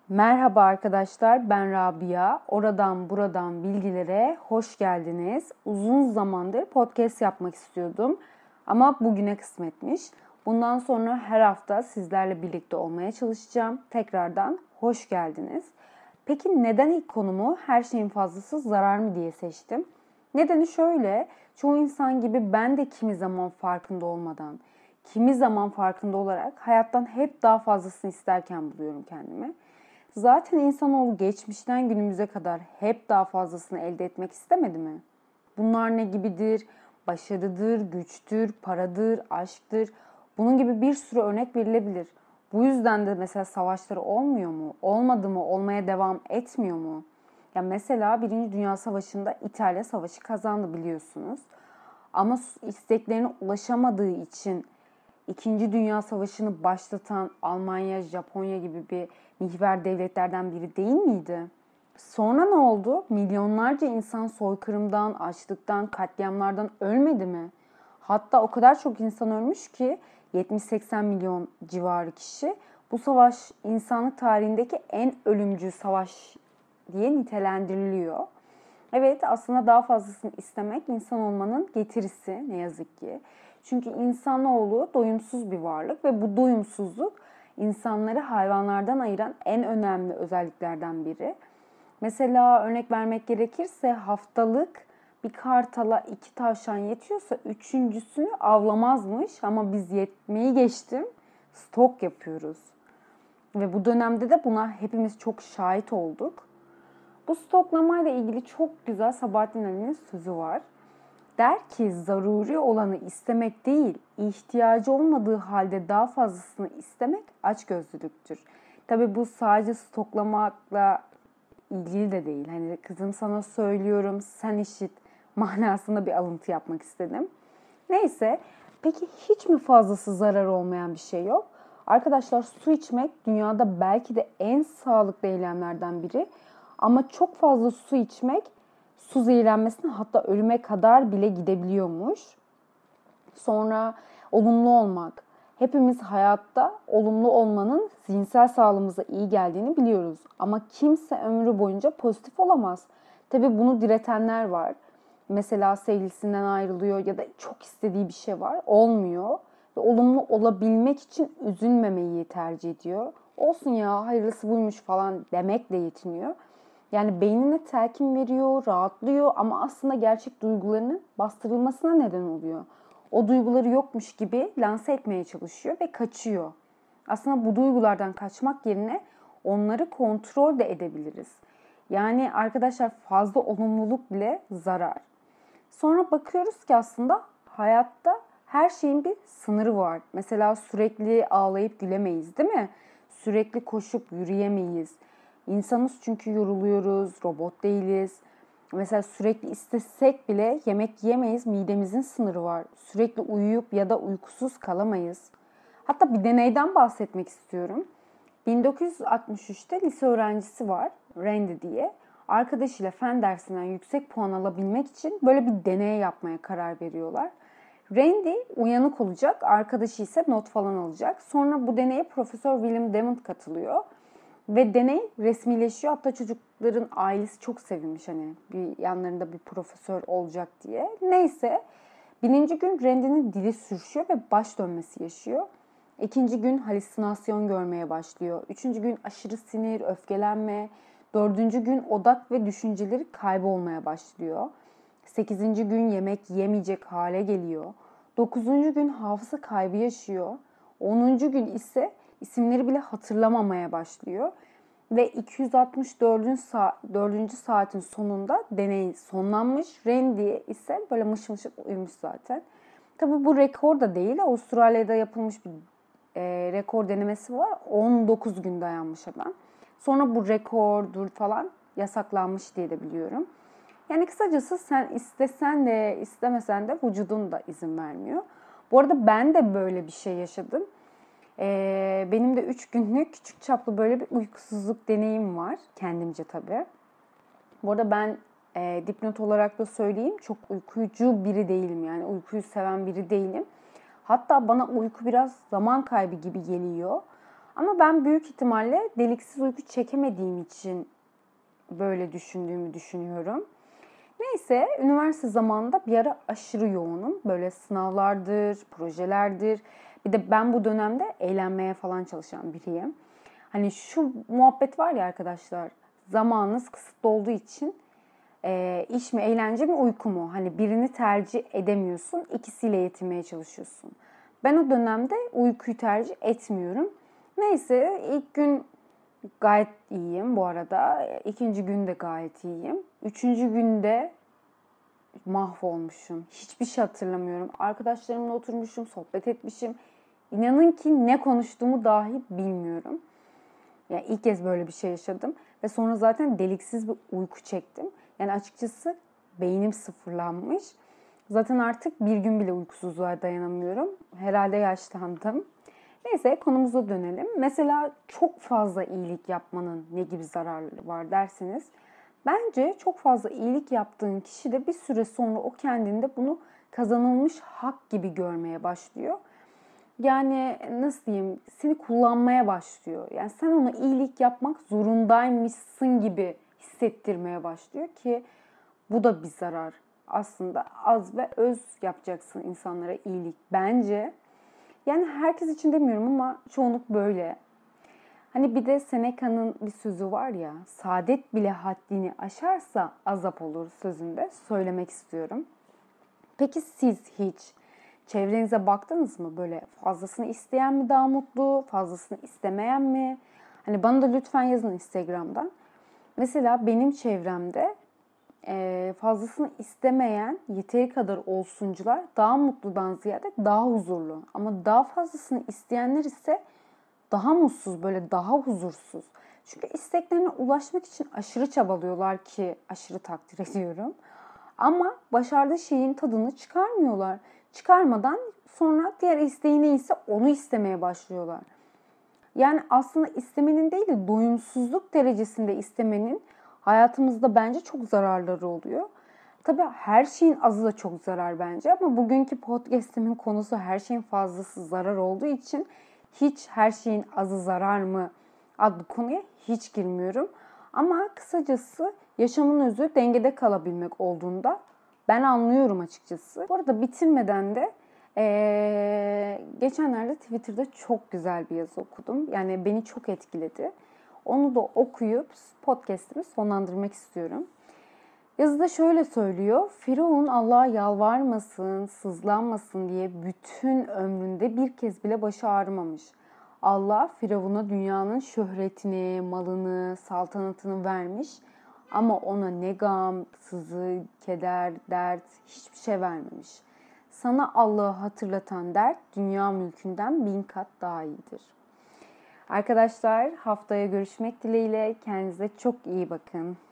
Merhaba arkadaşlar, ben Rabia. Oradan buradan bilgilere hoş geldiniz. Uzun zamandır podcast yapmak istiyordum ama bugüne kısmetmiş. Bundan sonra her hafta sizlerle birlikte olmaya çalışacağım. Tekrardan hoş geldiniz. Peki neden ilk konumu her şeyin fazlası zarar mı diye seçtim? Nedeni şöyle, çoğu insan gibi ben de kimi zaman farkında olmadan, kimi zaman farkında olarak hayattan hep daha fazlasını isterken buluyorum kendimi. Zaten insanoğlu geçmişten günümüze kadar hep daha fazlasını elde etmek istemedi mi? Bunlar ne gibidir? Başarıdır, güçtür, paradır, aşktır. Bunun gibi bir sürü örnek verilebilir. Bu yüzden de mesela savaşları olmuyor mu? Olmadı mı? Olmaya devam etmiyor mu? Ya mesela Birinci Dünya Savaşı'nda İtalya savaşı kazandı biliyorsunuz. Ama isteklerine ulaşamadığı için İkinci Dünya Savaşı'nı başlatan Almanya, Japonya gibi bir mihver devletlerden biri değil miydi? Sonra ne oldu? Milyonlarca insan soykırımdan, açlıktan, katliamlardan ölmedi mi? Hatta o kadar çok insan ölmüş ki 70-80 milyon civarı kişi. Bu savaş insanlık tarihindeki en ölümcül savaş diye nitelendiriliyor. Evet, aslında daha fazlasını istemek insan olmanın getirisi ne yazık ki. Çünkü insanoğlu doyumsuz bir varlık ve bu doyumsuzluk insanları hayvanlardan ayıran en önemli özelliklerden biri. Mesela örnek vermek gerekirse haftalık bir kartala 2 tavşan yetiyorsa üçüncüsünü avlamazmış ama biz yetmeyi geçtim stok yapıyoruz. Ve bu dönemde de buna hepimiz çok şahit olduk. Bu stoklamayla ilgili çok güzel Sabahattin Ali'nin sözü var. Der ki zaruri olanı istemek değil, ihtiyacı olmadığı halde daha fazlasını istemek açgözlülüktür. Tabii bu sadece stoklamakla ilgili de değil. Hani kızım sana söylüyorum, sen işit manasında bir alıntı yapmak istedim. Neyse, peki hiç mi fazlası zarar olmayan bir şey yok? Arkadaşlar su içmek dünyada belki de en sağlıklı eylemlerden biri. Ama çok fazla su içmek su zehirlenmesine hatta ölüme kadar bile gidebiliyormuş. Sonra olumlu olmak. Hepimiz hayatta olumlu olmanın zihinsel sağlığımıza iyi geldiğini biliyoruz. Ama kimse ömrü boyunca pozitif olamaz. Tabii bunu diretenler var. Mesela sevgilisinden ayrılıyor ya da çok istediği bir şey var. Olmuyor. Ve olumlu olabilmek için üzülmemeyi tercih ediyor. Olsun ya hayırlısı buymuş falan demekle yetiniyor. Yani beynine telkin veriyor, rahatlıyor ama aslında gerçek duygularının bastırılmasına neden oluyor. O duyguları yokmuş gibi lanse etmeye çalışıyor ve kaçıyor. Aslında bu duygulardan kaçmak yerine onları kontrol de edebiliriz. Yani arkadaşlar fazla olumluluk bile zarar. Sonra bakıyoruz ki aslında hayatta her şeyin bir sınırı var. Mesela sürekli ağlayıp gülemeyiz, değil mi? Sürekli koşup yürüyemeyiz. İnsanız çünkü yoruluyoruz, robot değiliz. Mesela sürekli istesek bile yemek yiyemeyiz, midemizin sınırı var. Sürekli uyuyup ya da uykusuz kalamayız. Hatta bir deneyden bahsetmek istiyorum. 1963'te lise öğrencisi var, Randy diye. Arkadaşıyla fen dersinden yüksek puan alabilmek için böyle bir deney yapmaya karar veriyorlar. Randy uyanık olacak, arkadaşı ise not falan alacak. Sonra bu deneye Profesör William Demant katılıyor. Ve deney resmileşiyor. Hatta çocukların ailesi çok sevinmiş hani bir yanlarında bir profesör olacak diye. Neyse birinci gün Randy'nin dili sürüşüyor ve baş dönmesi yaşıyor. İkinci gün halüsinasyon görmeye başlıyor. Üçüncü gün aşırı sinir, öfkelenme. Dördüncü gün odak ve düşünceleri kaybolmaya başlıyor. Sekizinci gün yemek yemeyecek hale geliyor. Dokuzuncu gün hafıza kaybı yaşıyor. Onuncu gün ise isimleri bile hatırlamamaya başlıyor. Ve 264. saatin sonunda deney sonlanmış. Randy ise böyle mışıl mışıl uyumuş zaten. Tabii bu rekor da değil. Avustralya'da yapılmış bir rekor denemesi var. 19 gün dayanmış adam. Sonra bu rekordur falan yasaklanmış diye de biliyorum. Yani kısacası sen istesen de istemesen de vücudun da izin vermiyor. Bu arada ben de böyle bir şey yaşadım. Benim de 3 günlük küçük çaplı böyle bir uykusuzluk deneyim var. Kendimce tabii. Bu arada ben dipnot olarak da söyleyeyim çok uykucu biri değilim. Yani uykuyu seven biri değilim. Hatta bana uyku biraz zaman kaybı gibi geliyor. Ama ben büyük ihtimalle deliksiz uyku çekemediğim için böyle düşündüğümü düşünüyorum. Neyse, üniversite zamanında bir ara aşırı yoğunum. Böyle sınavlardır, projelerdir. Bir de ben bu dönemde eğlenmeye falan çalışan biriyim. Hani şu muhabbet var ya arkadaşlar, zamanınız kısıtlı olduğu için iş mi, eğlence mi, uyku mu? Hani birini tercih edemiyorsun, ikisiyle yetinmeye çalışıyorsun. Ben o dönemde uykuyu tercih etmiyorum. Neyse, ilk gün gayet iyiyim bu arada. İkinci gün de gayet iyiyim. Üçüncü günde mahvolmuşum. Hiçbir şey hatırlamıyorum. Arkadaşlarımla oturmuşum, sohbet etmişim. İnanın ki ne konuştuğumu dahi bilmiyorum. Yani ilk kez böyle bir şey yaşadım. Ve sonra zaten deliksiz bir uyku çektim. Yani açıkçası beynim sıfırlanmış. Zaten artık bir gün bile uykusuzluğa dayanamıyorum. Herhalde yaşlandım. Neyse, konumuza dönelim. Mesela çok fazla iyilik yapmanın ne gibi zararları var derseniz, bence çok fazla iyilik yaptığın kişi de bir süre sonra o kendinde bunu kazanılmış hak gibi görmeye başlıyor. Yani nasıl diyeyim, seni kullanmaya başlıyor. Yani sen ona iyilik yapmak zorundaymışsın gibi hissettirmeye başlıyor ki bu da bir zarar. Aslında az ve öz yapacaksın insanlara iyilik bence. Yani herkes için demiyorum ama çoğunluk böyle. Hani bir de Seneca'nın bir sözü var ya, saadet bile haddini aşarsa azap olur sözünde söylemek istiyorum. Peki siz hiç çevrenize baktınız mı? Böyle fazlasını isteyen mi daha mutlu, fazlasını istemeyen mi? Hani bana da lütfen yazın Instagram'dan. Mesela benim çevremde fazlasını istemeyen yeteri kadar olsuncular daha mutludan ziyade daha huzurlu. Ama daha fazlasını isteyenler ise daha mutsuz, böyle daha huzursuz. Çünkü isteklerine ulaşmak için aşırı çabalıyorlar ki aşırı takdir ediyorum. Ama başardığı şeyin tadını çıkarmıyorlar. Çıkarmadan sonra diğer isteği neyse onu istemeye başlıyorlar. Yani aslında istemenin değil de doyumsuzluk derecesinde istemenin hayatımızda bence çok zararları oluyor. Tabii her şeyin azı da çok zarar bence ama bugünkü podcast'imin konusu her şeyin fazlası zarar olduğu için hiç her şeyin azı zarar mı adlı konuya hiç girmiyorum. Ama kısacası yaşamın özü dengede kalabilmek olduğunda ben anlıyorum açıkçası. Bu arada bitirmeden de geçenlerde Twitter'da çok güzel bir yazı okudum. Yani beni çok etkiledi. Onu da okuyup podcast'imi sonlandırmak istiyorum. Yazıda şöyle söylüyor. Firavun Allah'a yalvarmasın, sızlanmasın diye bütün ömründe bir kez bile başı ağrımamış. Allah Firavun'a dünyanın şöhretini, malını, saltanatını vermiş. Ama ona ne gam, sızı, keder, dert hiçbir şey vermemiş. Sana Allah'ı hatırlatan dert dünya mülkünden 1000 kat daha iyidir. Arkadaşlar haftaya görüşmek dileğiyle kendinize çok iyi bakın.